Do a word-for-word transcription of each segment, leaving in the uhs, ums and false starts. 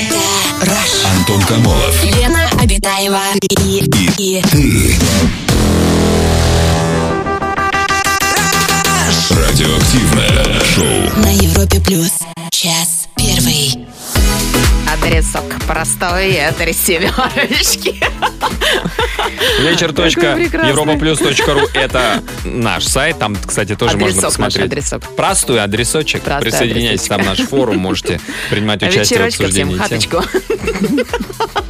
Это Rush. Антон Камолов. Лена Обитаева. И, и, и ты. Радиоактивное шоу на Европе Плюс. Час первый. Адресок простой, три семерочки. Вечер точка европа плюс точка ру – это наш сайт. Там, кстати, тоже адресок, можно посмотреть. адресок. Простой адресочек. Простой Присоединяйтесь, адресочек. там наш форум, можете принимать участие в Вечерочка, всем обсуждении тем. хаточку.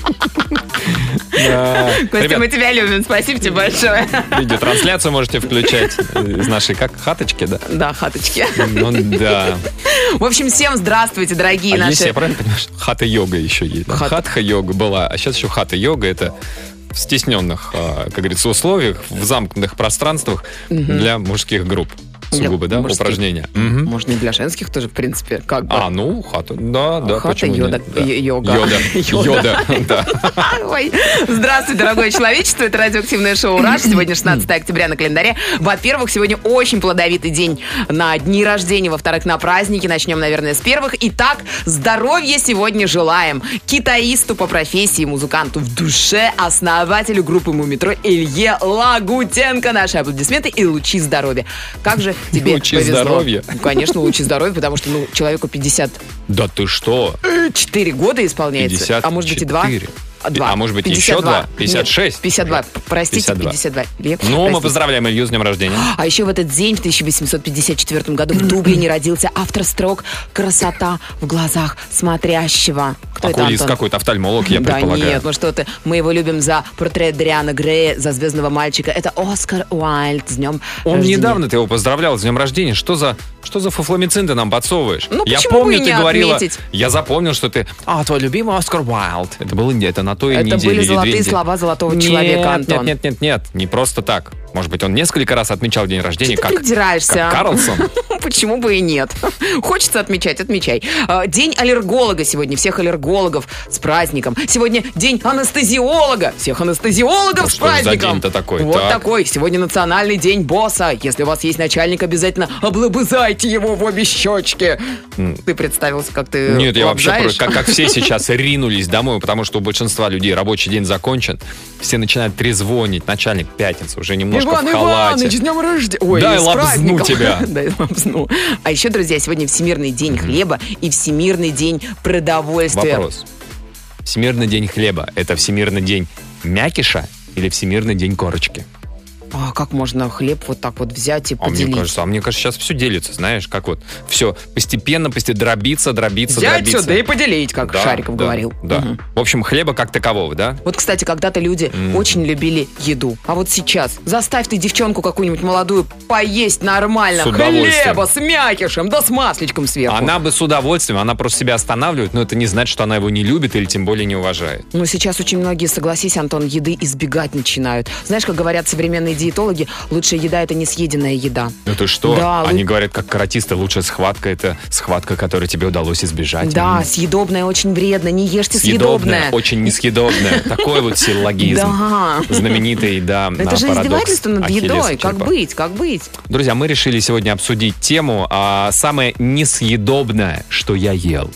Да. Костя, Ребят, мы тебя любим, спасибо тебе большое. видеотрансляцию можете включать из нашей как хаточки, да? Да, хаточки. Ну да. В общем, всем здравствуйте, дорогие А наши. если я правильно понимаю, что хата-йога еще есть? да? Хат- Хатха-йога была, а сейчас еще хата-йога. Это в стесненных, а, как говорится, условиях, в замкнутых пространствах для мужских групп. Для Сугубо, да, мужских. упражнения. Мгм. Можно и для женских тоже, в принципе, как бы. А, ну, хата, да, да, Хата, почему йода, нет, да. й- йога. Йода, Йода. йода, да. Ой. Здравствуй, дорогое человечество. Это радиоактивное шоу «Раш». Сегодня шестнадцатое октября на календаре. Во-первых, сегодня очень плодовитый день на дни рождения. Во-вторых, на праздники. Начнем, наверное, с первых. Итак, здоровья сегодня желаем китаисту по профессии, музыканту в душе, основателю группы «Мумий тролль» Илье Лагутенко. Наши аплодисменты и лучи здоровья. Как же тебе Лучи повезло. здоровья. Ну, конечно, лучи здоровья, потому что ну, человеку пятьдесят Да ты что? четыре года исполняется. пятьдесят А может быть и два? четыре. А, два. А может быть пятьдесят еще два. два? пятьдесят шесть? Нет, пятьдесят два. Простите, пятьдесят два. пятьдесят два. Ле- Ну, мы простите. поздравляем Илью с днем рождения. А еще в этот день, в тысяча восемьсот пятьдесят четвёртом году, в Дублине родился автор строк «Красота в глазах смотрящего». Кто это, Окулист Антон? какой-то, офтальмолог, я Да предполагаю. нет, ну что ты. Мы его любим за портрет Дариана Грея, за «Звездного мальчика». Это Оскар Уайльд. С днем Он рождения. недавно ты его поздравлял с днем рождения. Что за, что за фуфломицин ты нам подсовываешь? Ну, я почему бы помню, и ты не говорила. отметить? Я запомнил, что ты. А, твой любимый Оскар Уайльд. Это было это на той Это неделе. были или золотые две недели. слова золотого Нет, человека, Антон. Нет, нет, нет, нет, не просто так. Может быть, он несколько раз отмечал день рождения, Ты как, придираешься, как а? Карлсон. Почему бы и нет? Хочется отмечать, отмечай. А, День аллерголога сегодня. Всех аллергологов с праздником. Сегодня день анестезиолога. Всех анестезиологов Ну, с что же за праздником. день-то такой? Вот Так. такой. Сегодня национальный день босса. Если у вас есть начальник, обязательно облобызайте его в обе щечки. Ты представился, как ты Нет, я вообще, лобзаешь? про- как, как все сейчас ринулись домой, потому что у большинства людей рабочий день закончен. Все начинают трезвонить. Начальник, пятница, уже немножко Иван в халате. Иванович, с днем рождения! Ой, Дай с лобзну праздником. тебя. Дай лобзну. А еще, друзья, сегодня Всемирный день хлеба и Всемирный день продовольствия. Вопрос. Всемирный день хлеба – это Всемирный день мякиша или Всемирный день корочки? А как можно хлеб вот так вот взять и А мне поделить? кажется, а мне кажется, сейчас все делится, знаешь, как вот все постепенно, постепенно дробиться, дробиться, Взять дробиться. сюда и поделить, как Да, Шариков да, говорил. Да. Мгм. В общем, хлеба как такового, да? Вот, кстати, когда-то люди очень любили еду. А вот сейчас заставь ты девчонку какую-нибудь молодую поесть нормально С удовольствием. хлеба с мякишем, да с масличком сверху. Она бы с удовольствием, она просто себя останавливает, но это не значит, что она его не любит или тем более не уважает. Но сейчас очень многие, согласись, Антон, еды избегать начинают. Знаешь, как говорят современные диетологи, лучшая еда – это не съеденная еда. Ну ты что? Да, Они лу- говорят, как каратисты, лучшая схватка – это схватка, которую тебе удалось избежать. Да, М. съедобное очень вредно, не ешьте Съедобное, съедобное. очень несъедобное. Такой вот силлогизм. Да. Знаменитый, да, Это же парадокс издевательство над Ахиллеса едой. Как черепа. быть, как быть? Друзья, мы решили сегодня обсудить тему а, «Самое несъедобное, что я ел».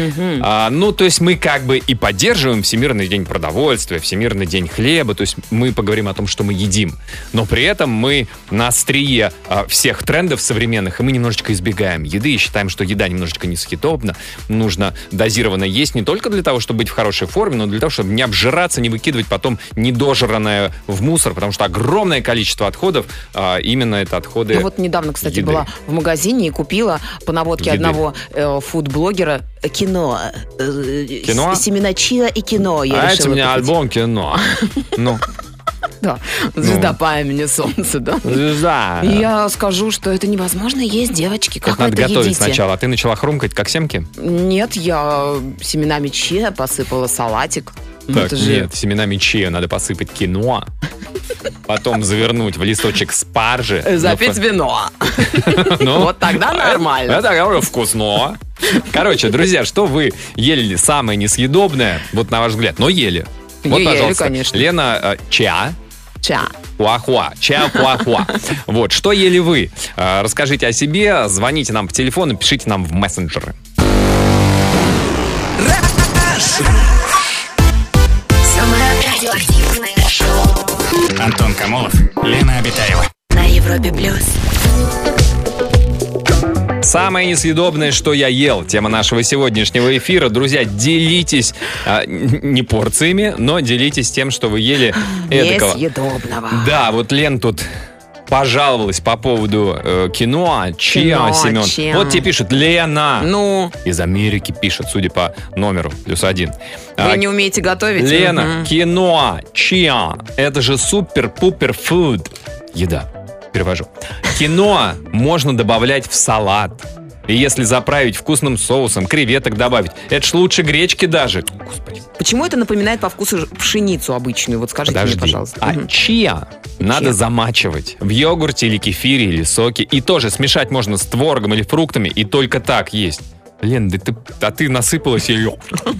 А, ну, то есть мы как бы и поддерживаем Всемирный день продовольствия, Всемирный день хлеба, то есть мы поговорим о том, что мы едим, но при этом мы на острие а, всех трендов современных, и мы немножечко избегаем еды и считаем, что еда немножечко несъедобна, нужно дозированно есть не только для того, чтобы быть в хорошей форме, но для того, чтобы не обжираться, не выкидывать потом недожранное в мусор, потому что огромное количество отходов, а, именно это отходы Я вот недавно, кстати, еды. была в магазине и купила по наводке Еды. одного э, фуд-блогера кино. Э, Кино? с- Семена чиа и кино. Я А это решила у меня купить. альбом кино. Ну, Да. Звезда по имени Солнце, да? звезда. И я скажу, что это невозможно есть, девочки. Как Это вы надо это готовить едите? сначала. А ты начала хрумкать, как семки? Нет, я семенами чиа посыпала салатик. Ну, Так, это же- нет, семенами чиа надо посыпать кино, потом завернуть в листочек спаржи. Э, Запить Ну, вино. ну, Вот тогда нормально. Это говорю, вкусно. Короче, друзья, что вы ели самое несъедобное, вот на ваш взгляд, но ели? Вот, Ели, пожалуйста, конечно. Лена э, ча, Ча. хуахуа, ча хуахуа. Вот, что ели вы? Э, Расскажите о себе, звоните нам по телефону, пишите нам в мессенджеры. Самое радиоактивное шоу Антон Камолов, Лена Обитаева. на Европе плюс. Самое несъедобное, что я ел. Тема нашего сегодняшнего эфира. Друзья, делитесь а, не порциями, но делитесь тем, что вы ели эдакого. Несъедобного. Да, вот Лен тут пожаловалась по поводу э, киноа. Чиа, Киноа, Семен. чиа. Вот тебе пишет Лена. Ну, Из Америки пишет, судя по номеру, плюс один. вы А, не умеете готовить? Лена, Мгм. киноа, чиа. Это же супер-пупер фуд. Еда. Перевожу. Киноа можно добавлять в салат. И если заправить вкусным соусом, креветок добавить, это ж лучше гречки даже. Господи. Почему это напоминает по вкусу ж- пшеницу обычную? Вот скажите Подожди. мне, пожалуйста. А Мгм. чиа надо Чиа. замачивать в йогурте или кефире или соке. И тоже смешать можно с творогом или фруктами. И только так есть. Лен, да ты, а ты насыпалась ее.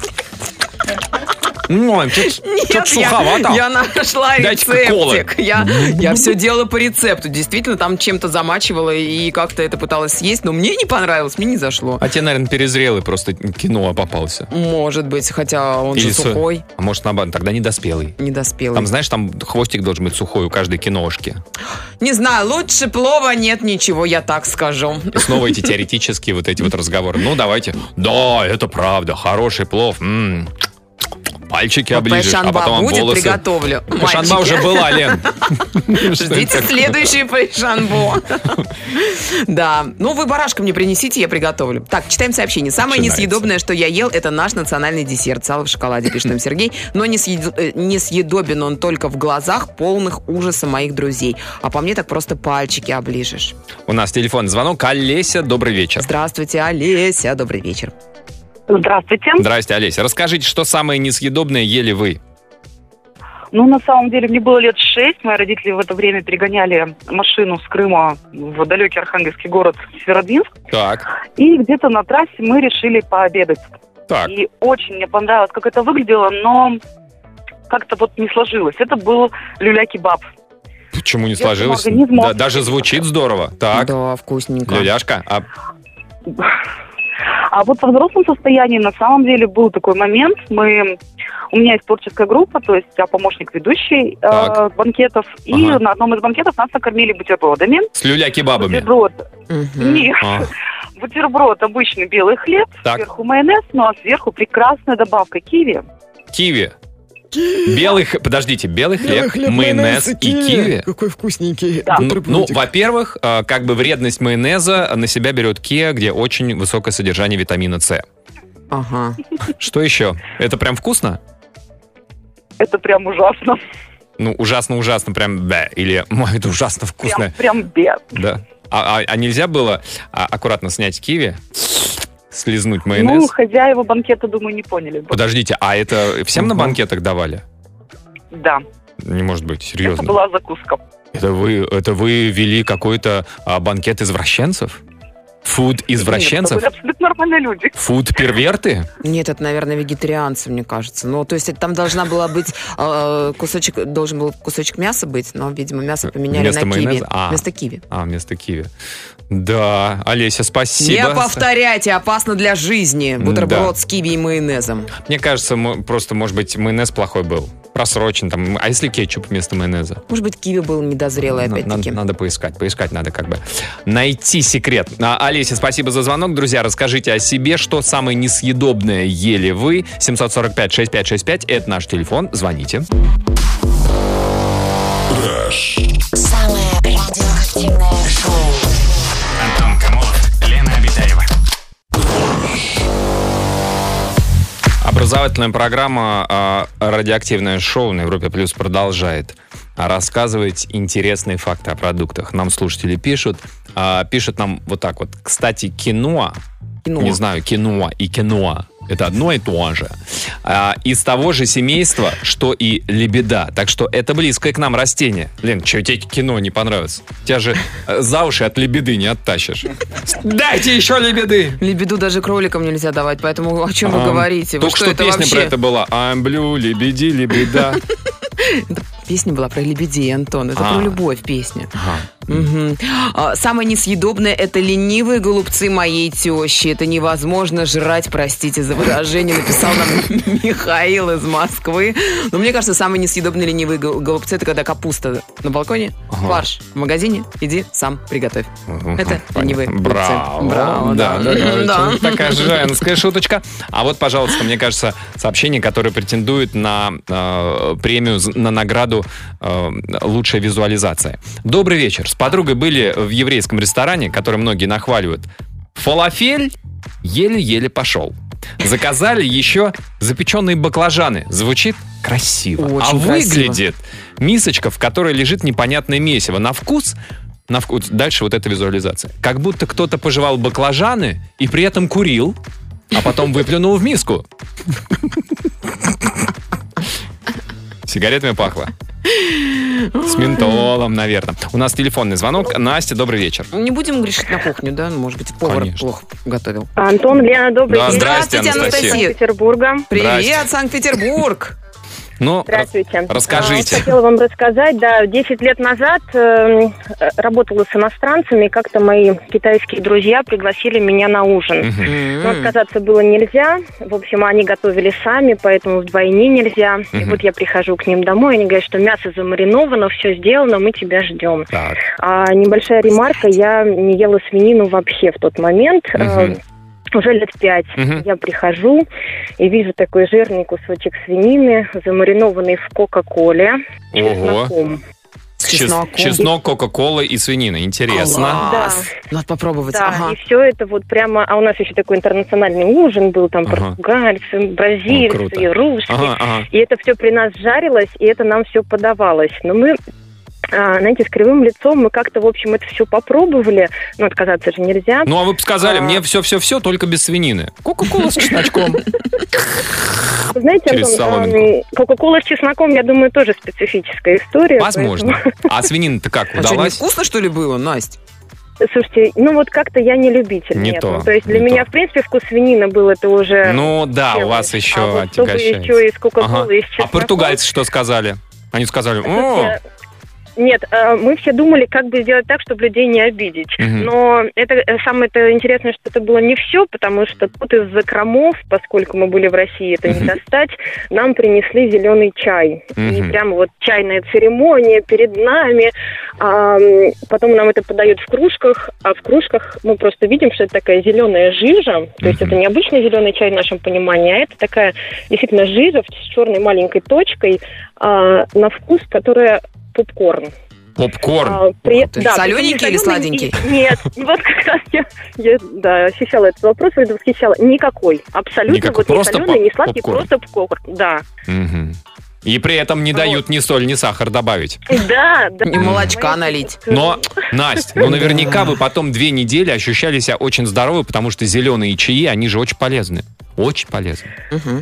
Ну, что-то Нет, суховато. я, я нашла Дайте-ка колы. рецептик. Я, я все делала по рецепту. Действительно, там чем-то замачивала и как-то это пыталась съесть, но мне не понравилось, мне не зашло. А тебе, наверное, перезрелый просто киноа попался. Может быть, хотя он Или же со- сухой, А может, наоборот, тогда недоспелый. недоспелый. Там, знаешь, там хвостик должен быть сухой у каждой киношки. Не знаю, лучше плова нет ничего, я так скажу. И снова эти теоретические вот эти вот разговоры. Ну, давайте. Да, это правда, хороший плов. М-м. Пальчики оближешь, а Пайшанба потом будет, волосы. приготовлю. Пайшанба Мальчики. уже была, Лен. Ждите следующую пайшанбу. Да. Ну, вы барашка мне принесите, я приготовлю. Так, читаем сообщение. Самое Начинается. несъедобное, что я ел, это наш национальный десерт. Сало в шоколаде, пишет нам Сергей. Но не съед- э, не съедобен он только в глазах, полных ужаса моих друзей. А по мне так просто пальчики оближешь. У нас телефонный звонок. Олеся, добрый вечер. Здравствуйте, Олеся. Добрый вечер. Здравствуйте. Здрасте, Олеся. Расскажите, что самое несъедобное ели вы? Ну, на самом деле, мне было лет шесть. Мои родители в это время перегоняли машину с Крыма в далекий архангельский город Северодвинск. Так, И где-то на трассе мы решили пообедать. так. И очень мне понравилось, как это выглядело, но как-то вот не сложилось. Это был люля-кебаб. Почему не Детскому сложилось? организму. Да, даже звучит здорово. Так, Да, вкусненько. люляшка. А А вот во взрослом состоянии на самом деле был такой момент. Мы, у меня есть творческая группа, то есть я помощник ведущей э, Так. банкетов. И Ага. на одном из банкетов нас накормили бутербродами. с люля-кебабами. Бутерброд. Мгм. Нет. А. Бутерброд обычный белый хлеб, Так. сверху майонез, ну а сверху прекрасная добавка киви. Киви. Белый, х- подождите, белый хлеб, майонез и киви. Какой вкусненький. Да. Ну, ну, бутербродик. во-первых, э, как бы вредность майонеза на себя берет Киа, где очень высокое содержание витамина С. Ага. Что еще? Это прям вкусно? Это прям ужасно. Ну, ужасно-ужасно, прям да. Или «Ой, это ужасно Прям, вкусно. прям бед. Да. А, а- а нельзя было а, аккуратно снять киви, слизнуть Ну, майонез? хозяева банкета, думаю, не поняли бы. Подождите, а это всем на банкетах давали? Да, Не может быть, это серьезно. была закуска. Это вы, это вы вели какой-то а, банкет извращенцев? Фуд Нет, извращенцев? это были абсолютно нормальные люди. Фуд перверты? Нет, это, наверное, вегетарианцы, мне кажется. Ну, то есть это там должна была быть э, кусочек, должен был кусочек мяса быть, но, видимо, мясо поменяли Вместо на киви. майонеза? А. Вместо киви. А, вместо киви. Да, Олеся, спасибо. Не повторяйте, опасно для жизни. Бутерброд Да. с киви и майонезом. Мне кажется, мо- просто, может быть, майонез плохой был. Просрочен там. А если кетчуп вместо майонеза? Может быть, киви был недозрелый, На- опять-таки. Надо, надо поискать, поискать надо как бы. Найти секрет. А, Олеся, спасибо за звонок. Друзья, расскажите о себе, что самое несъедобное ели вы. семь сорок пять шесть пять шесть пять, это наш телефон. Звоните. Самое радиоактивное шоу. Антон Камолов, Лена Обитаева. Образовательная программа а, «Радиоактивное шоу» на Европе Плюс продолжает рассказывать интересные факты о продуктах. Нам слушатели пишут. а, Пишут нам вот так вот. Кстати, киноа, Кино. не знаю, киноа и киноа — это одно и то же. А, из того же семейства, что и лебеда. Так что это близкое к нам растение. Лен, что тебе кино не понравится? Тебя же э, за уши от лебеды не оттащишь. Дайте еще лебеды! Лебеду даже кроликам нельзя давать, поэтому о чем вы А, говорите? Вы Только что, это песня вообще? про это была. I'm blue, лебеди, лебеда. Песня была про лебедей, Антон. Это А. про любовь песня. Ага. Мгм. А, Самое несъедобное — это ленивые голубцы моей тещи. Это невозможно жрать, простите за выражение, написал нам Михаил из Москвы. Но мне кажется, самые несъедобные ленивые гол- голубцы — это когда капуста на балконе, Ага. фарш в магазине, иди сам приготовь. Мгм, Это понятно. ленивые голубцы. Браво. Браво, да, да. да, да. Да. Такая женская шуточка. А вот, пожалуйста, мне кажется, сообщение, которое претендует на э, премию, з- на награду э, «Лучшая визуализация». Добрый вечер. С подругой были в еврейском ресторане, который многие нахваливают. Фалафель еле-еле пошел. Заказали еще запеченные баклажаны. Звучит красиво. Очень а красиво. выглядит мисочка, в которой лежит непонятное месиво. На вкус... На вкус. Дальше вот эта визуализация. Как будто кто-то пожевал баклажаны и при этом курил, а потом выплюнул в миску. Сигаретами пахло. С ментолом, наверное. У нас телефонный звонок. Настя, добрый вечер. Не будем грешить на кухню, да? Может быть, повар Конечно. плохо готовил. Антон, Лена, добрый Да, день. здрасте, Здравствуйте, Анастасия. Анастасия. Петербурга. Привет, Здрасте. Санкт-Петербург! Ну, Здравствуйте. р- расскажите. А, Хотела вам рассказать, да, десять лет назад э, работала с иностранцами, и как-то мои китайские друзья пригласили меня на ужин. Мгм. Но отказаться было нельзя. В общем, они готовили сами, поэтому вдвойне нельзя. И Мгм. вот я прихожу к ним домой, они говорят, что мясо замариновано, все сделано, мы тебя ждем. Так. А небольшая ремарка, я не ела свинину вообще в тот момент. Мгм. Э, Уже лет пять. Мгм. Я прихожу и вижу такой жирный кусочек свинины, замаринованный в Кока-Коле, с Ого. чесноком. С Чес- чесноком. Чеснок, Кока-Кола и свинина. Интересно. Класс. Надо попробовать. Да, Ага. и все это вот прямо... А у нас еще такой интернациональный ужин был, там Ага. португальцы, О, бразильцы, круто. русские. Ага, ага. И это все при нас жарилось, и это нам все подавалось. Но мы, а, знаете, с кривым лицом мы как-то, в общем, это все попробовали. Но отказаться же нельзя. Ну, а вы бы сказали, А. мне все-все-все, только без свинины. Кока-кола с чесночком. Вы знаете, Через Антон, соломинку. ам, Кока-кола с чесноком, я думаю, тоже специфическая история. Возможно. А свинина-то как, А что, не удалась? вкусно, что ли, было, Настя? поэтому- Слушайте, ну вот как-то я не любитель. Не нет. то, Ну, то есть для не меня, то. в принципе, вкус свинины был это уже... Ну, да, у челлендж. вас еще а вот чтобы отягощает. еще из Кока-Колы, Ага. и из А чесноком. португальцы что сказали? Они сказали, о, Слушайте, Нет, э, мы все думали, как бы сделать так, чтобы людей не обидеть. Мгм. Но это э, самое-то интересное, что это было не все, потому что тут из закромов, поскольку мы были в России, это не Мгм. достать, нам принесли зеленый чай. И Мгм. прямо вот чайная церемония перед нами. А, м, потом нам это подают в кружках, а в кружках мы просто видим, что это такая зеленая жижа. То есть Мгм. это не обычный зеленый чай в нашем понимании, а это такая действительно жижа с черной маленькой точкой а, на вкус, которая попкорн. попкорн. А, при- Ух ты. да, Солененький причем не или соленый, сладенький? и- Нет, вот как раз я, я да, ощущала этот вопрос, и восхищала. Никакой. Абсолютно Никакой, вот не просто соленый, не поп- сладкий, попкорн. просто попкорн. Да. Мгм. И при этом не Вот. дают ни соль, ни сахар добавить. Да, да. И молочка Моя- налить. Но, Настя, ну наверняка вы потом две недели ощущали себя очень здоровы, потому что зеленые чаи, они же очень полезны. Очень полезны. Мгм.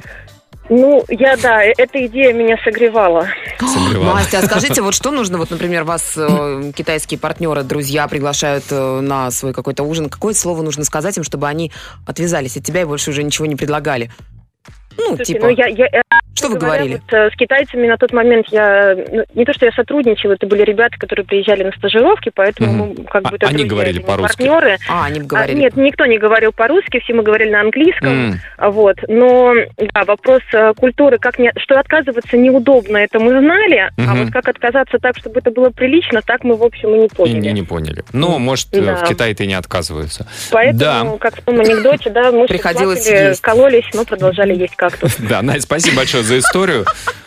Ну, я, да, э- эта идея меня согревала. Согревала. Настя, а скажите, вот что нужно, вот, например, вас э, китайские партнеры, друзья приглашают э, на свой какой-то ужин, какое слово нужно сказать им, чтобы они отвязались от тебя и больше уже ничего не предлагали? Ну, Слушайте, типа, ну, я, я, э, что вы говоря, говорили? вот, э, с китайцами на тот момент я... ну, не то, что я сотрудничала, это были ребята, которые приезжали на стажировки, поэтому Мгм. мы как А- бы... это они друзья, говорили это не по-русски? партнеры. А, они бы А, говорили. нет, никто не говорил по-русски, все мы говорили на английском. М. А, Вот. Но, да, вопрос э, культуры, как не, что отказываться неудобно, это мы знали, а Мгм. вот как отказаться так, чтобы это было прилично, так мы, в общем, и не И, поняли. и не поняли. Ну, может, э, Да. в Китае-то и не отказываются. Поэтому, Да. как в том анекдоте, да, мы Приходилось плакали, есть. кололись, но продолжали есть кактус. Да, Надя, спасибо большое за историю.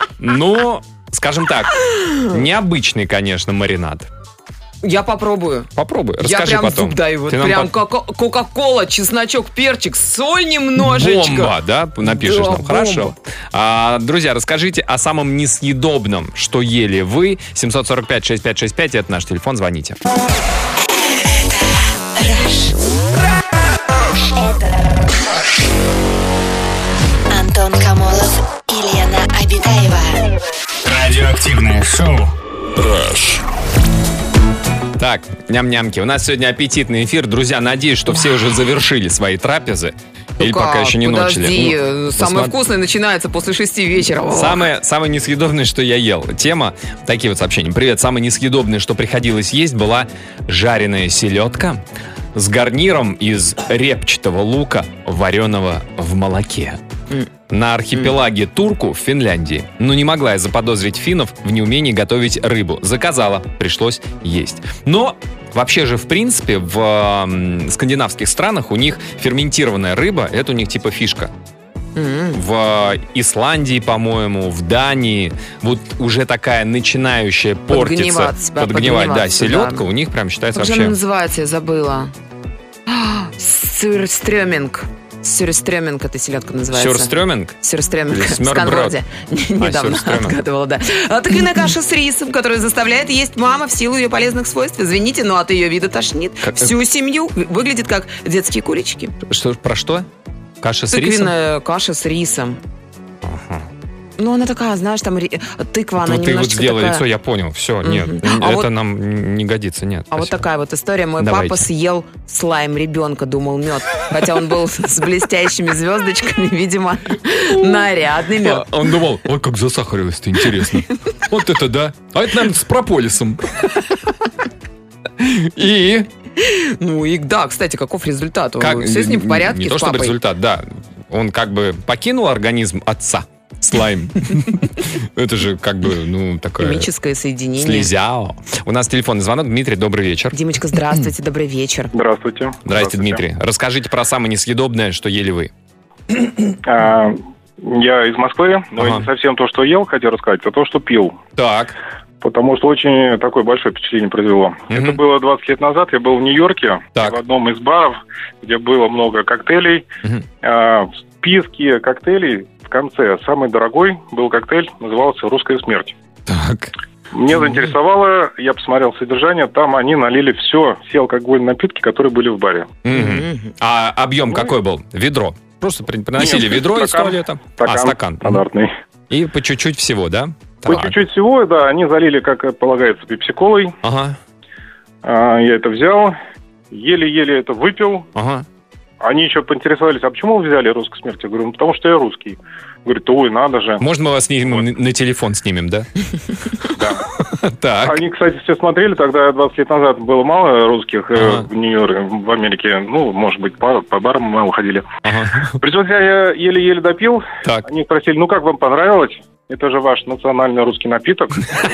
Но, скажем так, необычный, конечно, маринад. Я попробую. Попробуй, Я расскажи прям потом. зуб даю. Вот Ты нам прям по- кока- кока-кола, чесночок, перчик, соль немножечко. Бомба, да? Напишешь Да, нам, хорошо. бомба. А, друзья, расскажите о самом несъедобном, что ели вы. семь сорок пять шестьдесят пять шестьдесят пять, это наш телефон, звоните. Антон Камолов и Лена Обитаева. Радиоактивное шоу. Rush. Так, ням-нямки, у нас сегодня аппетитный эфир. Друзья, надеюсь, что все уже завершили свои трапезы Или Как? пока еще не Подожди, ночили. Ну, самое посмотри. вкусное начинается после шести вечера. Самое, самое несъедобное, что я ел. Тема, такие вот сообщения. Привет, самое несъедобное, что приходилось есть, была жареная селедка с гарниром из репчатого лука, вареного в молоке. На архипелаге Турку в Финляндии. Но не могла я заподозрить финнов в неумении готовить рыбу. Заказала, пришлось есть. Но вообще же, в принципе, в м, скандинавских странах у них ферментированная рыба, это у них типа фишка. В Исландии, по-моему, в Дании вот уже такая начинающая портиться, Подгниваться, да, подгнивать, да, подгниваться, селедка да. у них прям считается Как же она вообще... называется, я забыла. Сюрстрёминг. Сюрстрёминг эта селедка называется. Сюрстрёминг? Сюрстрёминг. Или В смёрброд? Сканворде. Недавно сюрстрёминг. отгадывала, да. А тыквенная каша с рисом, которая заставляет есть мама в силу ее полезных свойств. Извините, но от ее вида тошнит. Как- Всю семью. Выглядит как детские кулички. Что, про что? Каша с рисом? Тыквенная каша с рисом. Ну, она такая, знаешь, там ри- тыква, она Ну, ты вот немножечко сделала такая... лицо, я понял. Все, нет, А это вот- нам не годится, нет. А вот спасибо. такая вот история. Мой Давайте. папа съел слайм ребенка, думал мед. Хотя он был с блестящими звездочками, видимо, нарядный мед. А, Он думал, ой, как засахарилось-то, интересно. Вот это да. А это, наверное, с прополисом. И... Ну и да, кстати, каков результат? Как, Все с ним в порядке, Не с то чтобы папой? результат, да. Он как бы покинул организм отца, слайм. Это же как бы, ну, такое... Химическое соединение. Слезяо. У нас телефонный звонок. Дмитрий, добрый вечер. Димочка, здравствуйте, добрый вечер. Здравствуйте. Здрасте, Дмитрий. Расскажите про самое несъедобное, что ели вы. А, я из Москвы, но Ага. не совсем то, что ел, хотел рассказать, а то, что пил. Так. Потому что очень такое большое впечатление произвело. Мгм. Это было двадцать лет назад, я был в Нью-Йорке, Так. в одном из баров, где было много коктейлей. Мгм. А, в списке коктейлей в конце самый дорогой был коктейль, назывался «Русская смерть». Так. Мне заинтересовало, я посмотрел содержание, там они налили все, все алкогольные напитки, которые были в баре. Мгм. А объем какой был? Ведро. Просто при- приносили Нет, ведро из стакан. туалета. Стакан, А, стакан. стандартный. И по чуть-чуть всего, да? По Так. чуть-чуть всего, да, они залили, как полагается, пепси-колой. Ага, А, я это взял, еле-еле это выпил. ага. Они еще поинтересовались, а почему вы взяли «Русскую смерть»? Я говорю, ну, потому что я русский. Говорит, ой, надо же. Можно мы вас снимем на- на телефон снимем, да? Да. Так. Они, кстати, все смотрели, тогда двадцать лет назад было мало русских э, Ага. в Нью-Йорке, в Америке. Ну, может быть, по, по барам мало ходили. Ага. Причем я еле-еле допил. Так. Они спросили, ну, как вам понравилось? Это же ваш национальный русский напиток.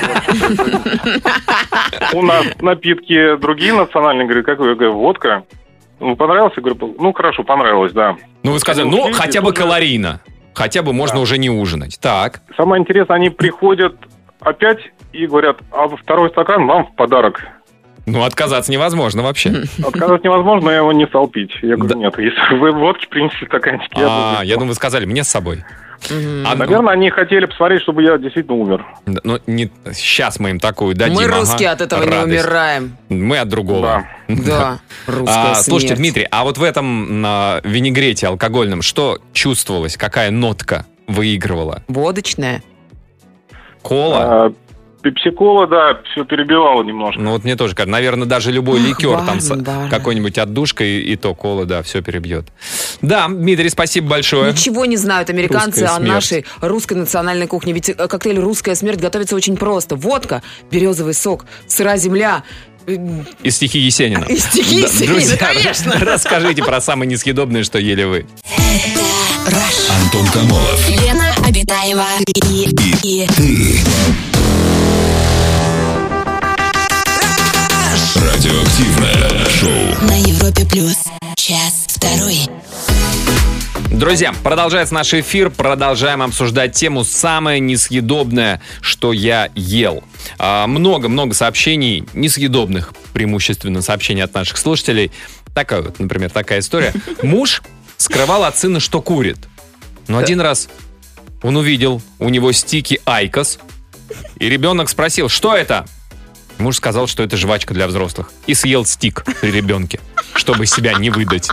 У нас напитки другие национальные. Говорю, как вы? Я говорю, водка. Ну, понравилось? Я говорю, ну, хорошо, понравилось, да. Ну, вы сказали, ну, хотя бы калорийно. Хотя бы можно уже не ужинать. Так. Самое интересное, они приходят опять и говорят, а второй стакан вам в подарок. Ну, отказаться невозможно вообще. Отказать невозможно, я его не стал пить. Я говорю, Да. нет, если вы водки принесли стаканчики, я А, буду. я думаю, вы сказали, мне с собой. А, Наверное, они хотели посмотреть, чтобы я действительно умер. ну, ну, не, сейчас мы им такую дадим. Мы ага, русские от этого не радость. умираем. Мы от другого. Да, русская А, смерть. слушайте, Дмитрий, а вот в этом а, винегрете алкогольном что чувствовалось? Какая нотка выигрывала? Водочная. Кола? А, пепси-кола, да, все перебивало немножко. Ну вот мне тоже кажется, наверное, даже любой Ах, ликер, там с- бармен, бармен. какой-нибудь отдушка и, и то кола, да, все перебьет. Да, Дмитрий, спасибо большое. Ничего не знают американцы Русская о смерть. нашей русской национальной кухне. Ведь э, коктейль «Русская смерть» готовится очень просто. Водка, березовый сок, сырая земля. э, Из стихи Есенина. Из стихи Да, Есенина, друзья, конечно. расскажите про самое несъедобное, что ели вы. Антон Камолов. Лена Обитаева и, и, Радиоактивное шоу. на Европе плюс. Час второй. Друзья, продолжается наш эфир. Продолжаем обсуждать тему «Самое несъедобное, что я ел». А, Много-много сообщений несъедобных, преимущественно сообщений от наших слушателей. Такая вот, например, такая история. Муж скрывал от сына, что курит. Но один раз он увидел у него стики Айкос, и ребенок спросил, что это? Муж сказал, что это жвачка для взрослых. И съел стик при ребенке, чтобы себя не выдать.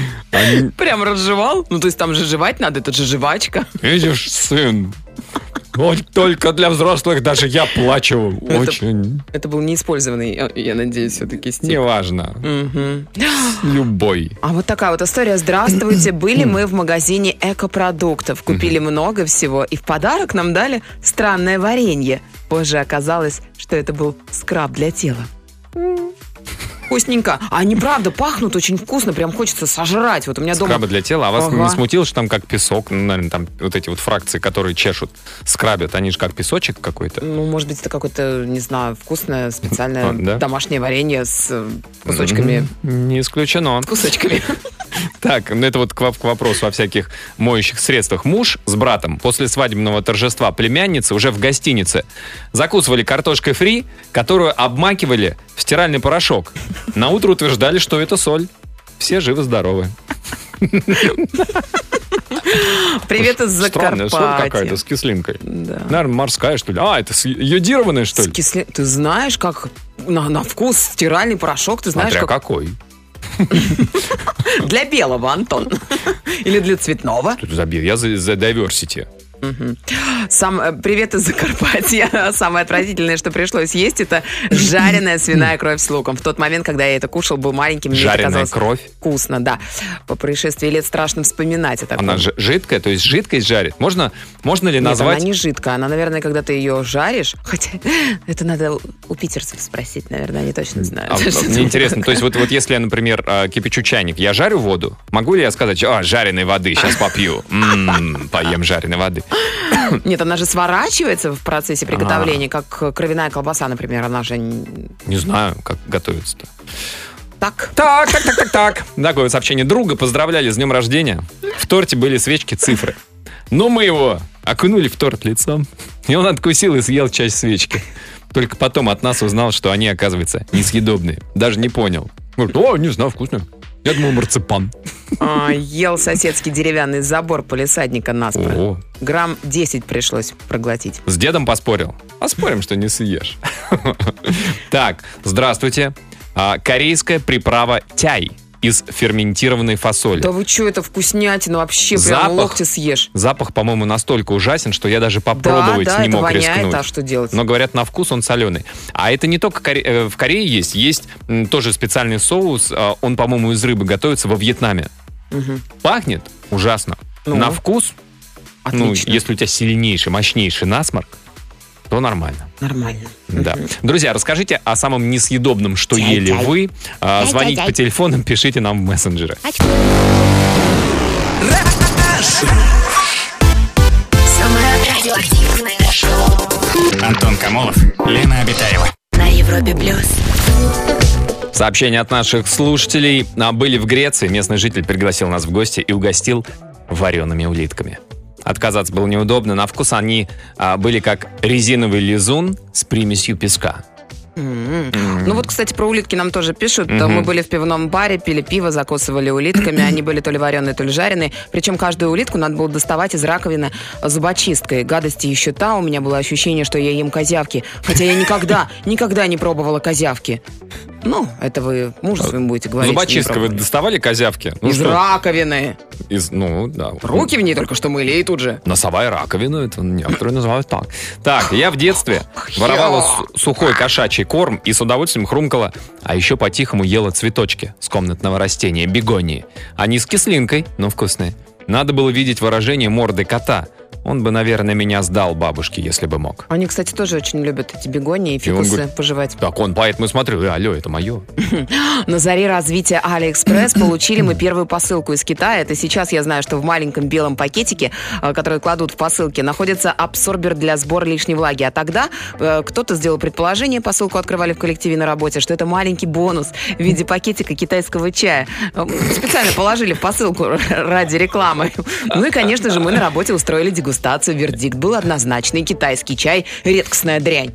Они- Прям разжевал. Ну, то есть там же жевать надо, это же жвачка. Видишь, сын, Вот только для взрослых даже я плачу. Это- Очень. Это был неиспользованный, я, я надеюсь, все-таки стих. Неважно. Мгм. Любой. А вот такая вот история. Здравствуйте. Были мы в магазине экопродуктов. Купили много всего. И в подарок нам дали странное варенье. Позже оказалось, что это был скраб для тела. Вкусненько. А они, правда, пахнут очень вкусно. Прям хочется сожрать. Вот у меня дома... Скрабы для тела. А вас Ага. не смутило, что там как песок? Ну, наверное, там вот эти вот фракции, которые чешут, скрабят, они же как песочек какой-то. Ну, может быть, это какое-то, не знаю, вкусное, специальное А, да? домашнее варенье с э, кусочками. М, Не исключено. Кусочками. Так, ну это вот к, во- к вопросу о всяких моющих средствах. Муж с братом после свадебного торжества племянницы уже в гостинице закусывали картошкой фри, которую обмакивали в стиральный порошок. На утро утверждали, что это соль. Все живы-здоровы. Привет из Странная соль Закарпатья. какая-то с кислинкой. Да. Наверное, морская, что ли. А, это с- йодированная, что С ли? кисле- Ты знаешь, как на, на вкус стиральный порошок, ты знаешь, Смотря как какой. для белого, Антон. Или для цветного. Тут забил. Я за, за diversity. Сам, э, привет из Закарпатья. Самое отвратительное, что пришлось есть, это жареная свиная кровь с луком. В тот момент, когда я это кушал, был маленьким, мне это Жареная казалось кровь? вкусно, да. По происшествии лет страшно вспоминать о таком. Она же жидкая, то есть жидкость жарит. Можно, можно ли Нет, назвать... она не жидкая. Она, наверное, когда ты ее жаришь... Хотя это надо у питерцев спросить, наверное, они точно знают. А, что а, это мне интересно, такое. то есть вот, вот если я, например, а, кипячу чайник, я жарю воду, могу ли я сказать, а, жареной воды, сейчас попью, М, поем жареной воды? Нет, она же сворачивается в процессе приготовления, как кровяная колбаса, например. Она же не- Не знаю, как готовится-то. так. Так, так, так, так, так. Такое вот сообщение. Друга поздравляли с днем рождения. В торте были свечки, цифры. Но мы его окунули в торт лицом, и он откусил и съел часть свечки. Только потом от нас узнал, что они, оказывается, несъедобные. Даже не понял. Говорит, о, не знаю, вкусно. Я думал, марципан. А, ел соседский деревянный забор полисадника наспор. О. Грамм десять пришлось проглотить. С дедом поспорил? А спорим, что не съешь. Так, здравствуйте. А, Корейская приправа тяй из ферментированной фасоли. Да вы что, это вкуснятина вообще, прям Запах. локти съешь. Запах, по-моему, настолько ужасен, что я даже попробовать да, да, не это мог воняет, рискнуть. а что делать? Но говорят, на вкус он соленый. А это не только Коре- э, в Корее есть. Есть м, тоже специальный соус. а, Он, по-моему, из рыбы готовится во Вьетнаме. Пахнет ужасно. Ну? На вкус, ну, Отлично. если у тебя сильнейший, мощнейший насморк, то нормально. Нормально. Да. Друзья, расскажите о самом несъедобном, что Чай, ели чай. вы. А, Чай, Звоните чай, по чай. телефонам, пишите нам в мессенджеры. Самое радиоактивное шоу Антон Камолов, Лена Обитаева. на Европе плюс. Сообщение от наших слушателей. А, Были в Греции, местный житель пригласил нас в гости и угостил вареными улитками. Отказаться было неудобно. На вкус они а, были как резиновый лизун с примесью песка. Ну вот, кстати, про улитки нам тоже пишут. Мгм. Мы были в пивном баре, пили пиво, закусывали улитками. Они были то ли вареные, то ли жареные. Причем каждую улитку надо было доставать из раковины зубочисткой. Гадости еще та. У меня было ощущение, что я ем козявки. Хотя я никогда, никогда не пробовала козявки. Ну, это вы мужу своему будете говорить. что не Зубочисткой вы пробовали. доставали козявки? Ну Из что? раковины. Из, ну, да. Руки в ней только что мыли, и тут же. Носовая раковина, это некоторые называют так. Так, я в детстве воровала с- сухой кошачий корм и с удовольствием хрумкала, а еще по-тихому ела цветочки с комнатного растения, бегонии. Они с кислинкой, но вкусные. Надо было видеть выражение морды кота. Он бы, наверное, меня сдал бабушке, если бы мог. Они, кстати, тоже очень любят эти бегонии и И он фикусы говорит, пожевать. Так, он поэтому и смотрю, э, алло, это мое. На заре развития Алиэкспресс получили мы первую посылку из Китая. Это сейчас я знаю, что в маленьком белом пакетике, э, который кладут в посылке, находится абсорбер для сбора лишней влаги. А тогда э, кто-то сделал предположение, посылку открывали в коллективе на работе, что это маленький бонус в виде пакетика китайского чая. Э, Специально положили в посылку ради рекламы. Ну и, конечно же, мы на работе устроили дегустацию. Вердикт был однозначный. Китайский чай – редкостная дрянь.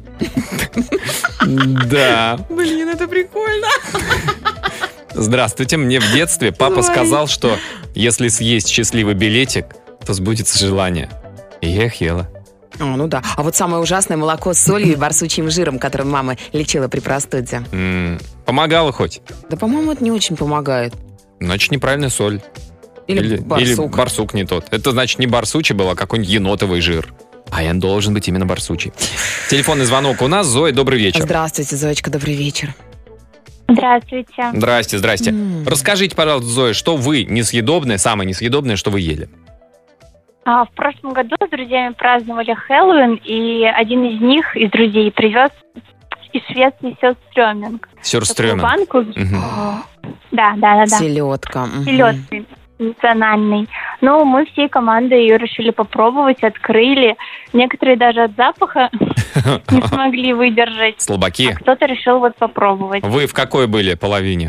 Да. Блин, это прикольно. Здравствуйте, мне в детстве папа Говори. сказал, что если съесть счастливый билетик, то сбудется желание. И я их ела. О, ну да. А вот самое ужасное молоко с солью и барсучьим жиром, которым мама лечила при простуде. М, Помогало хоть? Да, по-моему, это не очень помогает. Значит, неправильная соль. Или, барсук. Или барсук не тот. Это значит не барсучий был, а какой-нибудь енотовый жир. А я должен быть именно барсучий. Телефонный звонок у нас. Зоя, добрый вечер. Здравствуйте, Зоечка, добрый вечер. Здравствуйте. Здрасте, здрасте. М. Расскажите, пожалуйста, Зоя, что вы несъедобное, самое несъедобное, что вы ели? А, в прошлом году с друзьями праздновали Хэллоуин, и один из них, из друзей, привез из Швеции сёрстрёминг. Сёрстрёминг. Банку. Мгм. Да, да, да, да. Селедка. мгм. Селёдкой национальный. Ну, мы всей командой ее решили попробовать, открыли. Некоторые даже от запаха не смогли выдержать. Слабаки. Кто-то решил вот попробовать. Вы в какой были половине?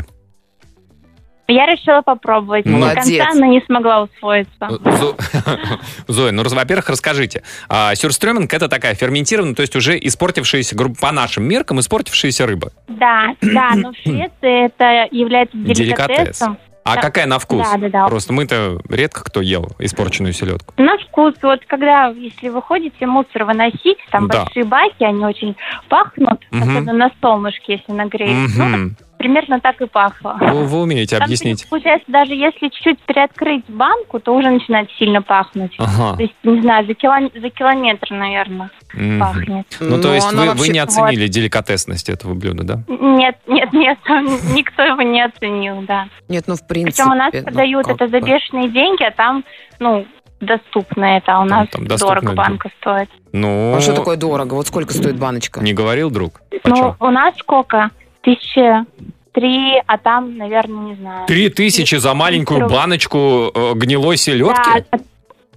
Я решила попробовать. До Молодец. конца она не смогла усвоиться. Зо- Зоя, ну, раз- во-первых, расскажите. А, сюрстрёминг — это такая ферментированная, то есть уже испортившаяся, грубо по нашим меркам, испортившаяся рыба. Да, да, но в Швеции это является Деликатес. деликатесом. А Да. какая на вкус? Да, да, да. Просто мы-то редко кто ел испорченную селедку. На вкус, вот когда, если вы ходите мусор выносить, там Да. большие баки, они очень пахнут, Мгм. особенно на солнышке, если нагреют. Ну, Мгм. примерно так и пахло. Вы, вы умеете Там, объяснить. получается, даже если чуть-чуть приоткрыть банку, то уже начинает сильно пахнуть. Ага. То есть, не знаю, за, кило- за километр, наверное, Мгм. пахнет. Ну, то Но есть она вы, вы вообще- не оценили деликатесность этого блюда, да? Нет, нет, нет, никто его не оценил, да. Нет, ну в принципе. Причем у нас ну, продают как это за бы. бешеные деньги, а там, ну, доступно это, а у нас там доступно дорого где? банка стоит. Ну, А что такое дорого? Вот сколько стоит баночка? не говорил, друг? Ну, Почем? у нас сколько? Тысячи три, а там, наверное, не знаю. Три тысячи за маленькую рублей. баночку э, гнилой селедки? Да.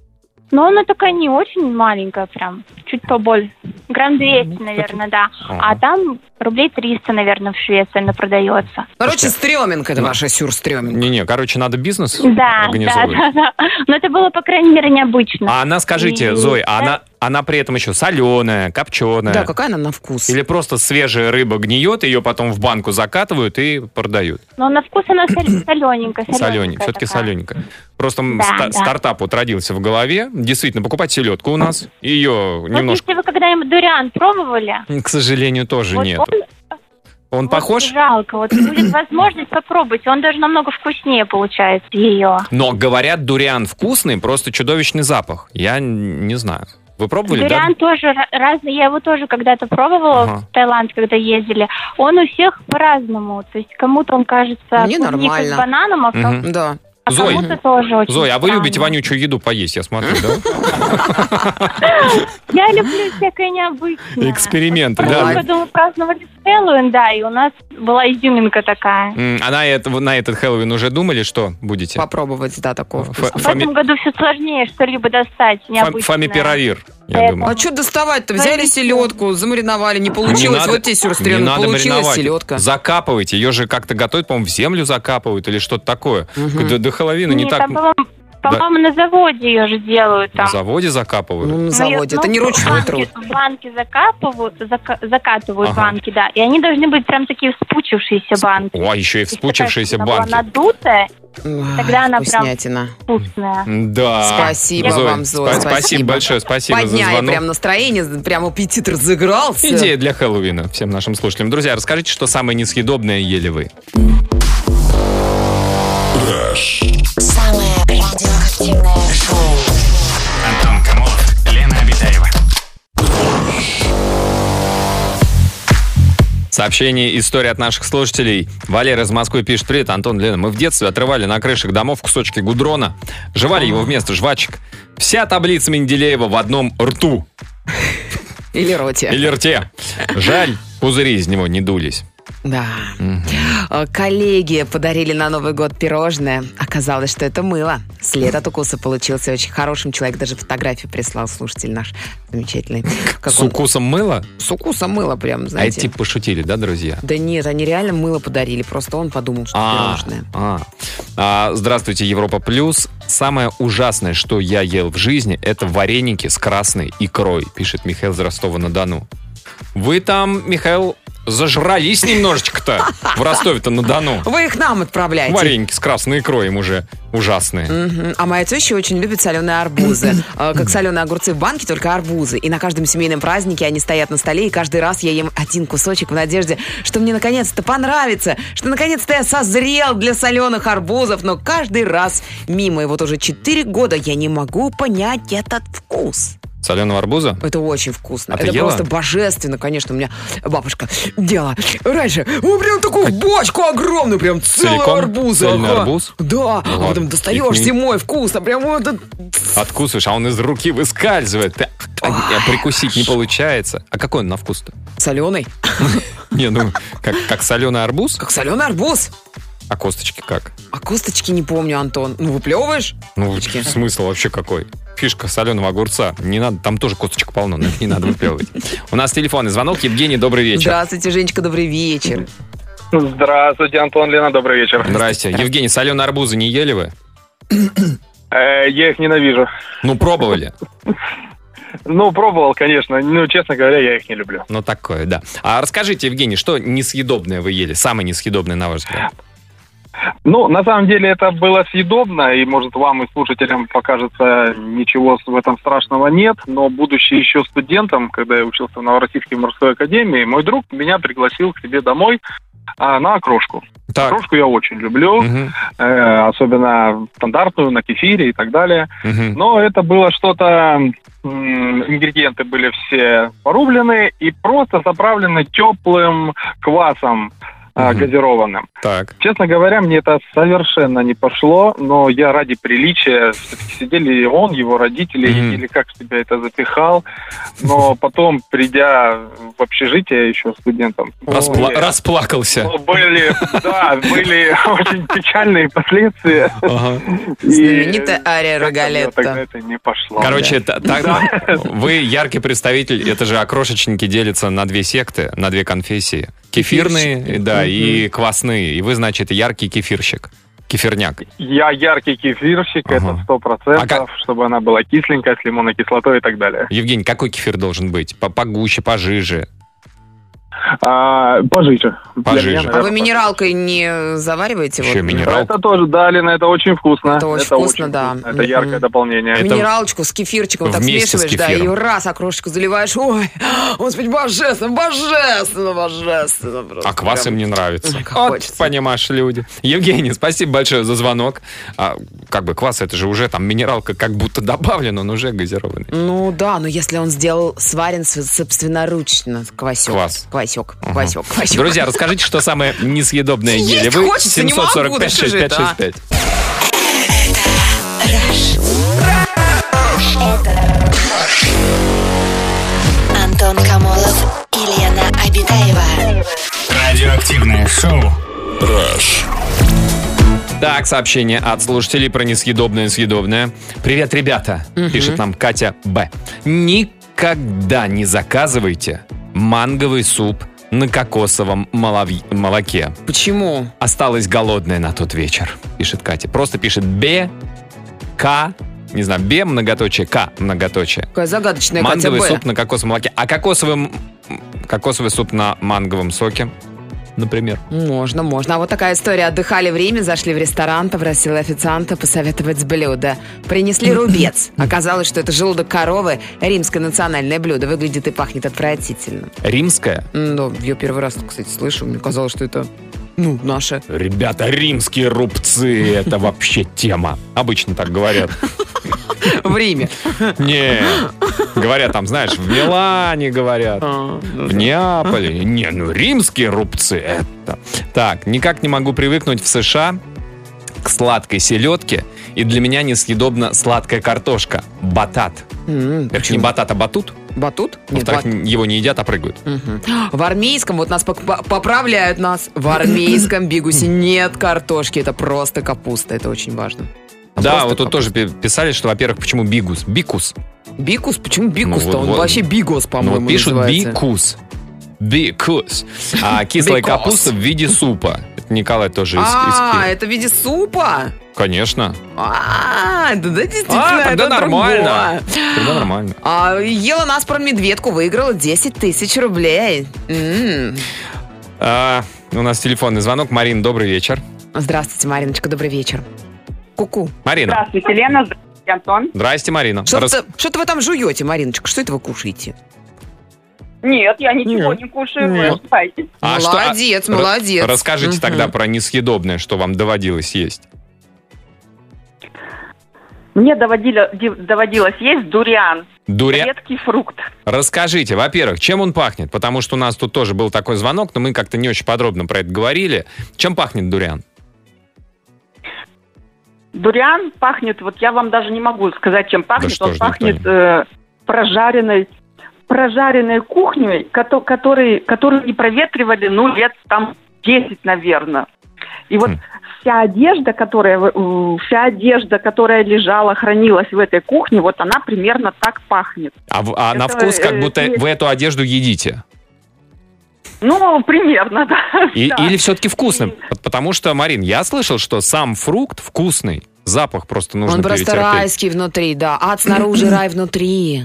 Но она такая не очень маленькая прям, чуть побольше. Грамм двести, наверное, да. А там рублей триста, наверное, в Швеции она продается. Короче, стрёминг это ваша сюрстрёминг. Не-не, короче, надо бизнес Да, да, организовывать. да, да. Но это было, по крайней мере, необычно. А она, скажите, И- Зой, а да. она, она при этом еще соленая, копченая? Да, какая она на вкус? Или просто свежая рыба гниет, ее потом в банку закатывают и продают? Но на вкус она солененькая. Солененькая, все-таки солененькая. Просто м, Да, ста- да. стартап вот родился в голове. Действительно, покупать селедку у нас. Ее Вот немножко, если вы когда-нибудь дуриан пробовали, к сожалению, тоже вот нет. он, Он вот похож? жалко. Вот будет возможность попробовать, он даже намного вкуснее получается ее. Но говорят, дуриан вкусный, просто чудовищный запах. Я н- не знаю. Вы пробовали, Дуриан тоже ра- разный. Я его тоже когда-то пробовала Ага. в Таиланд, когда ездили. Он у всех по-разному. То есть кому-то он кажется Мне клубникой нормально. с бананом, а, да? ком- Мгм. Да. а Зой, кому-то тоже очень Зой, а вы странно. любите вонючую еду поесть, я смотрю, да? Я люблю всякое необычное. Эксперименты, В прошлом да. году мы праздновали Хэллоуин, да, и у нас была изюминка такая. М, А на, это, на этот Хэллоуин уже думали, что будете? Попробовать, да, такого Ф- вкуса. В фами- этом году все сложнее что-либо достать фам- необычное. Фамипиравир, я Поэтому- думаю. А что доставать-то? Взяли Конечно. селедку, замариновали, не Не получилось. надо- Вот тебе не сюрстрёминг, надо получилась мариновать. селедка. Закапывайте. Ее же как-то готовят, по-моему, в землю закапывают или что-то такое. До, до Хэллоуина не Нет, так там, по-моему, по-моему, на заводе ее же делают. на Там. заводе закапывают. Ну, на Ну, заводе. я- Это ну, не ручной банки- труд. Банки закапывают, зака- закатывают Ага. банки, да. И они должны быть прям такие вспучившиеся банки. О, еще и Если вспучившиеся такая, банки. Она была надутая, Ай, Тогда она прям- вкуснятина. вкусная. Да. Спасибо вам, Зоя, спа- Спасибо спасибо. большое, спасибо за Подняли звонок. прям настроение, прям аппетит разыгрался. Идея для Хэллоуина всем нашим слушателям. Друзья, расскажите, что самое несъедобное ели вы. Самое радиоактивное шоу. Антон Камолов, Лена Обитаева. Сообщение, история от наших слушателей. Валера из Москвы пишет: привет, Антон, Лена. Мы в детстве отрывали на крышах домов кусочки гудрона, жевали его вместо жвачек. Вся таблица Менделеева в одном рту. Или роте. Или рте. Жаль, пузыри из него не дулись. Да. Э, Коллеги подарили на Новый год пирожное. Оказалось, что это мыло. След от укуса получился очень хорошим. Человек даже фотографию прислал, слушатель наш замечательный. Как С он- укусом мыла? С укусом мыла прям, А эти знаете. типа пошутили, да, друзья? Да нет, они реально мыло подарили. Просто он подумал, что А, пирожное. а. А, здравствуйте, Европа Плюс. Самое ужасное, что я ел в жизни, это вареники с красной икрой, пишет Михаил из Ростова-на-Дону. Вы там, Михаил, зажрались немножечко-то в Ростове-то-на-Дону. Вы их нам отправляйте. Вареники с красной икрой им уже ужасные. Мгм. А моя теща очень любит соленые арбузы. Э, Как соленые огурцы в банке, только арбузы. И на каждом семейном празднике они стоят на столе, и каждый раз я ем один кусочек в надежде, что мне наконец-то понравится, что наконец-то я созрел для соленых арбузов. Но каждый раз мимо. И вот уже четыре года я не могу понять этот вкус. Соленого арбуза? Это очень вкусно. А ты это ела? просто божественно, конечно. У меня бабушка делала раньше. Ну, прям такую бочку огромную, прям целый Целиком? арбуз. Цельный ага. арбуз? Да. А ладно. потом достаешь Их не- зимой вкусно. Прям вот это... Откусываешь, а он из руки выскальзывает. Ты- а, а прикусить не получается. А какой он на вкус-то? Соленый. Не, ну, как, как соленый арбуз? Как соленый арбуз. А косточки как? А косточки не помню, Антон. Ну, выплевываешь? Ну, Косточки. смысл вообще какой? Фишка соленого огурца. Не надо, там тоже косточек полно, но это не надо выплевывать. У нас телефонный звонок. Евгений, добрый вечер. Здравствуйте, Женечка, добрый вечер. Здравствуйте, Антон, Лена, добрый вечер. Здрасте. Евгений, соленые арбузы не ели вы? Э, я их ненавижу. Ну, пробовали. Ну, пробовал, конечно. Ну, честно говоря, я их не люблю. Ну, такое, да. А расскажите, Евгений, что несъедобное вы ели? Самое несъедобное, на ваш взгляд? Ну, на самом деле это было съедобно, и, может, вам и слушателям покажется, ничего в этом страшного нет, но, будучи еще студентом, когда я учился в Новороссийской морской академии, мой друг меня пригласил к себе домой а, на окрошку. Так. Окрошку я очень люблю, Мгм. э, особенно стандартную, на кефире и так далее. Мгм. Но это было что-то... м, Ингредиенты были все порублены и просто заправлены теплым квасом а, Мгм. газированным. Так. Честно говоря, мне это совершенно не пошло, но я ради приличия, все-таки сидели он, его родители, Мгм. или как в себя это запихал, но потом, придя в общежитие еще студентом, Распла- были- Расплакался. ну, были, да, были очень печальные последствия. Ага. И Знаменитая ария как-то мне Рогалетта. Тогда это не пошло. Короче, та- так, вы яркий представитель, это же окрошечники делятся на две секты, на две конфессии. Кефирные, да, и квасные. И вы, значит, яркий кефирщик. Кефирняк. Я яркий кефирщик, Ага. это сто А процентов, как- чтобы она была кисленькая, с лимонной кислотой и так далее. Евгений, какой кефир должен быть? По- Погуще, пожиже? А, пожиже. Для Пожиже. меня, А вы наверное, минералкой не завариваете? Еще Вот? минерал. Это тоже, да, Лена, это очень вкусно. Это очень вкусно, да. вкусно. Это Мгм. яркое дополнение. Это Минералочку с кефирчиком так вместе с смешиваешь, да, и кефиром. раз окрошечку заливаешь. Ой, господи, божественно, божественно, божественно. просто А квас прям. им не нравится. Ой, как Вот, хочется. понимаешь, люди. Евгений, спасибо большое за звонок. А, как бы квас, это же уже там минералка как будто добавлена, он уже газированный. Ну да, но если он сделал, сварен с- собственноручно, квасек. Квас. Квасек, Ага. квасек, квасек. Друзья, расскажите, что самое несъедобное Есть ели вы. хочется, не семьсот сорок могу, пять да что же шестьдесят это, пять а? шестьдесят пять. Антон Камолов и Лена Обитаева. Радиоактивное шоу. Так, сообщение от слушателей про несъедобное и съедобное. Привет, ребята, пишет нам Катя Б. Никогда не заказывайте манговый суп на кокосовом молови- молоке. Почему? Осталась голодная на тот вечер, пишет Катя. Просто пишет Б, К, не знаю, Б, многоточие, К, многоточие. Какая загадочная Катя Манговый Б. суп на кокосовом молоке. А кокосовый, м- кокосовый суп на манговом соке, например. Можно, можно. А вот такая история. Отдыхали в Риме, зашли в ресторан, попросил официанта посоветовать блюдо. Принесли рубец. Оказалось, что это желудок коровы, римское национальное блюдо. Выглядит и пахнет отвратительно. Римская? М, Да, я первый раз, кстати, слышу. Мне казалось, что это, ну, наше. Ребята, римские рубцы, это вообще тема. Обычно так говорят. В Риме. Не, говорят там, знаешь, в Милане говорят, в Неаполе. Не, ну римские рубцы это. Так, никак не могу привыкнуть в США к сладкой селедке, и для меня несъедобна сладкая картошка. Батат. М, Это не почему? батат, а батут. Батут? Нет, Во-вторых, бат- его не едят, а прыгают. Мгм. В армейском, вот нас пок- по- поправляют нас, в армейском бигусе нет картошки, это просто капуста, это очень важно. Да, Просто вот тут капуста. тоже пи- писали, что, во-первых, почему бигус? Бикус. Бикус? Почему бикус-то? Ну, вот- Он вот. вообще бигос, Ну, по-моему, вот пишут называется. бикус. Бикус. А кислая Бикос. капуста в виде супа. Это Николай тоже из, из А, Киева. это в виде супа? Конечно. А, да, да, действительно, А, тогда это нормально. другое. Тогда нормально. А ела нас про медведку, выиграла десять тысяч рублей. М. А, у нас телефонный звонок. Марин, добрый вечер. Здравствуйте, Мариночка, добрый вечер. Ку-ку. Марина. Здравствуйте, Лена. Здравствуйте, Антон. Здрасте, Марина. Что, Рас- это- что-то вы там жуете, Мариночка? Что это вы кушаете? Нет, я ничего Нет. не кушаю, Нет. вы ошибаетесь. А что- а, Молодец, ра- молодец. Расскажите Мгм. тогда про несъедобное, что вам доводилось есть. Мне доводили, ди- доводилось есть дуриан. Дуриан? Редкий фрукт. Расскажите, во-первых, чем он пахнет? Потому что у нас тут тоже был такой звонок, но мы как-то не очень подробно про это говорили. Чем пахнет дуриан? Дуриан пахнет, вот я вам даже не могу сказать, чем пахнет. Да что Он ж, пахнет э, прожаренной, прожаренной кухней, кото- который, которую не проветривали, ну, лет там десять, наверное. И вот Хм. вся одежда, которая, э, вся одежда, которая лежала, хранилась в этой кухне, вот она примерно так пахнет. А, в- а на Это, вкус как э, будто есть- вы эту одежду едите? Ну, примерно, да. И- да. Или все-таки вкусным? Потому что, Марин, я слышал, что сам фрукт вкусный, запах просто нужно Он просто перетерпеть. райский внутри, да. Ад снаружи, рай внутри.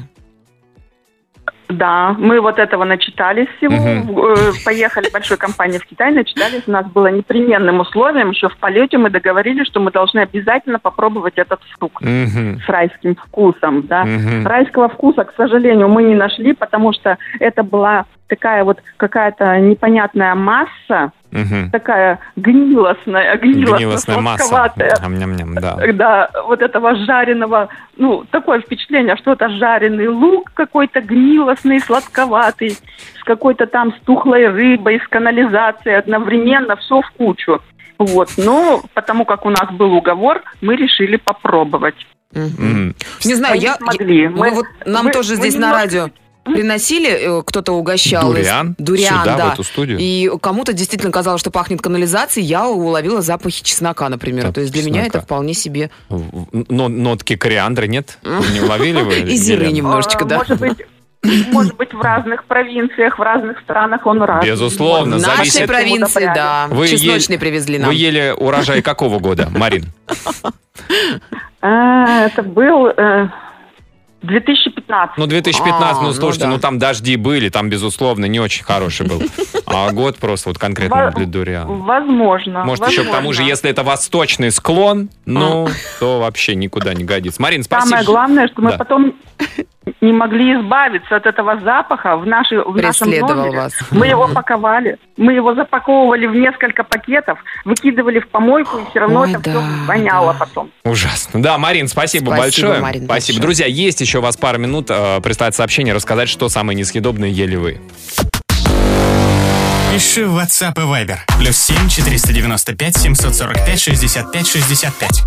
Да, мы вот этого начитались всего, Мгм. э, поехали большой компанией в Китай, начитались, у нас было непременным условием, еще в полете мы договорились, что мы должны обязательно попробовать этот фрукт Мгм. с райским вкусом, да. Мгм. Райского вкуса, к сожалению, мы не нашли, потому что это была такая вот какая-то непонятная масса, Мгм. такая гнилостная, Гнилостная масса. гнилостно-сладковатая. Ням-ням-ням, да. Да, вот этого жареного, ну, такое впечатление, что это жареный лук какой-то гнилостный, сладковатый, с какой-то там стухлой рыбой, с канализацией, одновременно все в кучу. Вот, но потому как у нас был уговор, мы решили попробовать. М. Не знаю, Мы не я... смогли. я- Мы- мы вот, нам мы- тоже мы здесь на немножко- радио приносили, э, кто-то угощал. из- Дуриан? Дуриан, Сюда, да. в эту студию? И кому-то действительно казалось, что пахнет канализацией. Я уловила запахи чеснока, например. Запах То есть для меня чеснока. это вполне себе... В- Но нотки кориандра нет? Вы не уловили вы? И зиры Елена? немножечко, А, да. Может быть, может быть, в разных провинциях, в разных странах он разный. Безусловно, В нашей зависит- провинции, да. Вы Чесночный ели- привезли нам. Вы ели урожай какого года, Марин? А, это был э, две тысячи пятнадцатый. Ну, две тысячи пятнадцатый, А, ну, ну слушайте, да. ну, там дожди были, там, безусловно, не очень хороший был. А год просто вот конкретно Во- для дуриана. Возможно. Может, еще к тому же, возможно. если это восточный склон, ну, то вообще никуда не годится. Марин, спасибо. Самое главное, что мы Да. потом не могли избавиться от этого запаха в, нашей, в нашем Преследовал номере. вас. Мы его паковали, мы его запаковывали в несколько пакетов, выкидывали в помойку, и все равно Ой, это да, все воняло да. потом. Ужасно. Да, Марин, спасибо, Спасибо, большое. Марин, спасибо. большое. Друзья, есть еще у вас пару минут э, прислать сообщение, рассказать, что самое несъедобное ели вы. Пиши в WhatsApp и Viber. Плюс семь четыреста девяносто пять семьсот сорок пять шестьдесят пять шестьдесят пять.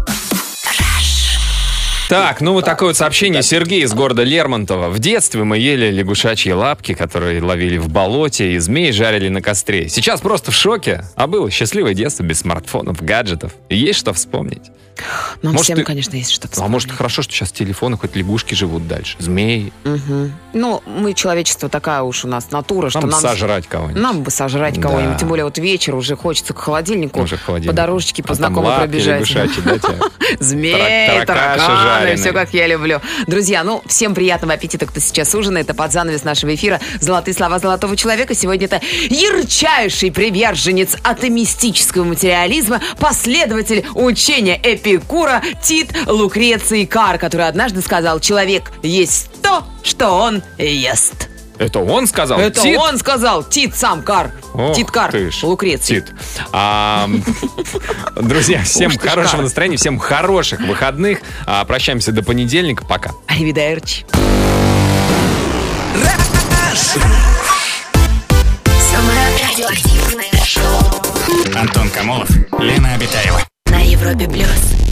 Так, ну вот такое вот сообщение. Сергей из города Лермонтова. В детстве мы ели лягушачьи лапки, которые ловили в болоте, и змей жарили на костре. Сейчас просто в шоке. А было счастливое детство без смартфонов, гаджетов. И есть что вспомнить. Нам Может, всем, ты- конечно, есть что-то А может, хорошо, что сейчас телефоны, хоть лягушки живут дальше. Змеи. Мгм. Ну, мы, человечество, такая уж у нас натура, что Нам нам... сожрать кого-нибудь. Нам бы сожрать Да. кого-нибудь. Тем более вот вечер уже хочется к холодильнику, Уже к холодильнику. по дорожечке, по А там знакомой лапки пробежать. лягушачьи, да, тебе? Змеи, Тарак- таракаши тараканы, жареные. все как я люблю. Друзья, ну, всем приятного аппетита, кто сейчас ужинает. Это под занавес нашего эфира «Золотые слова золотого человека». Сегодня это ярчайший приверженец атомистического материализма, последователь учения Эпикура Тит Лукреций Кар, который однажды сказал: «Человек есть то, что он ест». Это он сказал? Это Тит? он сказал, Тит сам Кар. Ох Тит Кар, ты ж, Лукреций. Тит. А, Друзья, всем Уж ты ж хорошего Кар. настроения, всем хороших выходных. А, Прощаемся до понедельника. Пока. Аривидерчи. Самое радиоактивное шоу Антон Камолов, Лена Обитаева. на Европе плюс.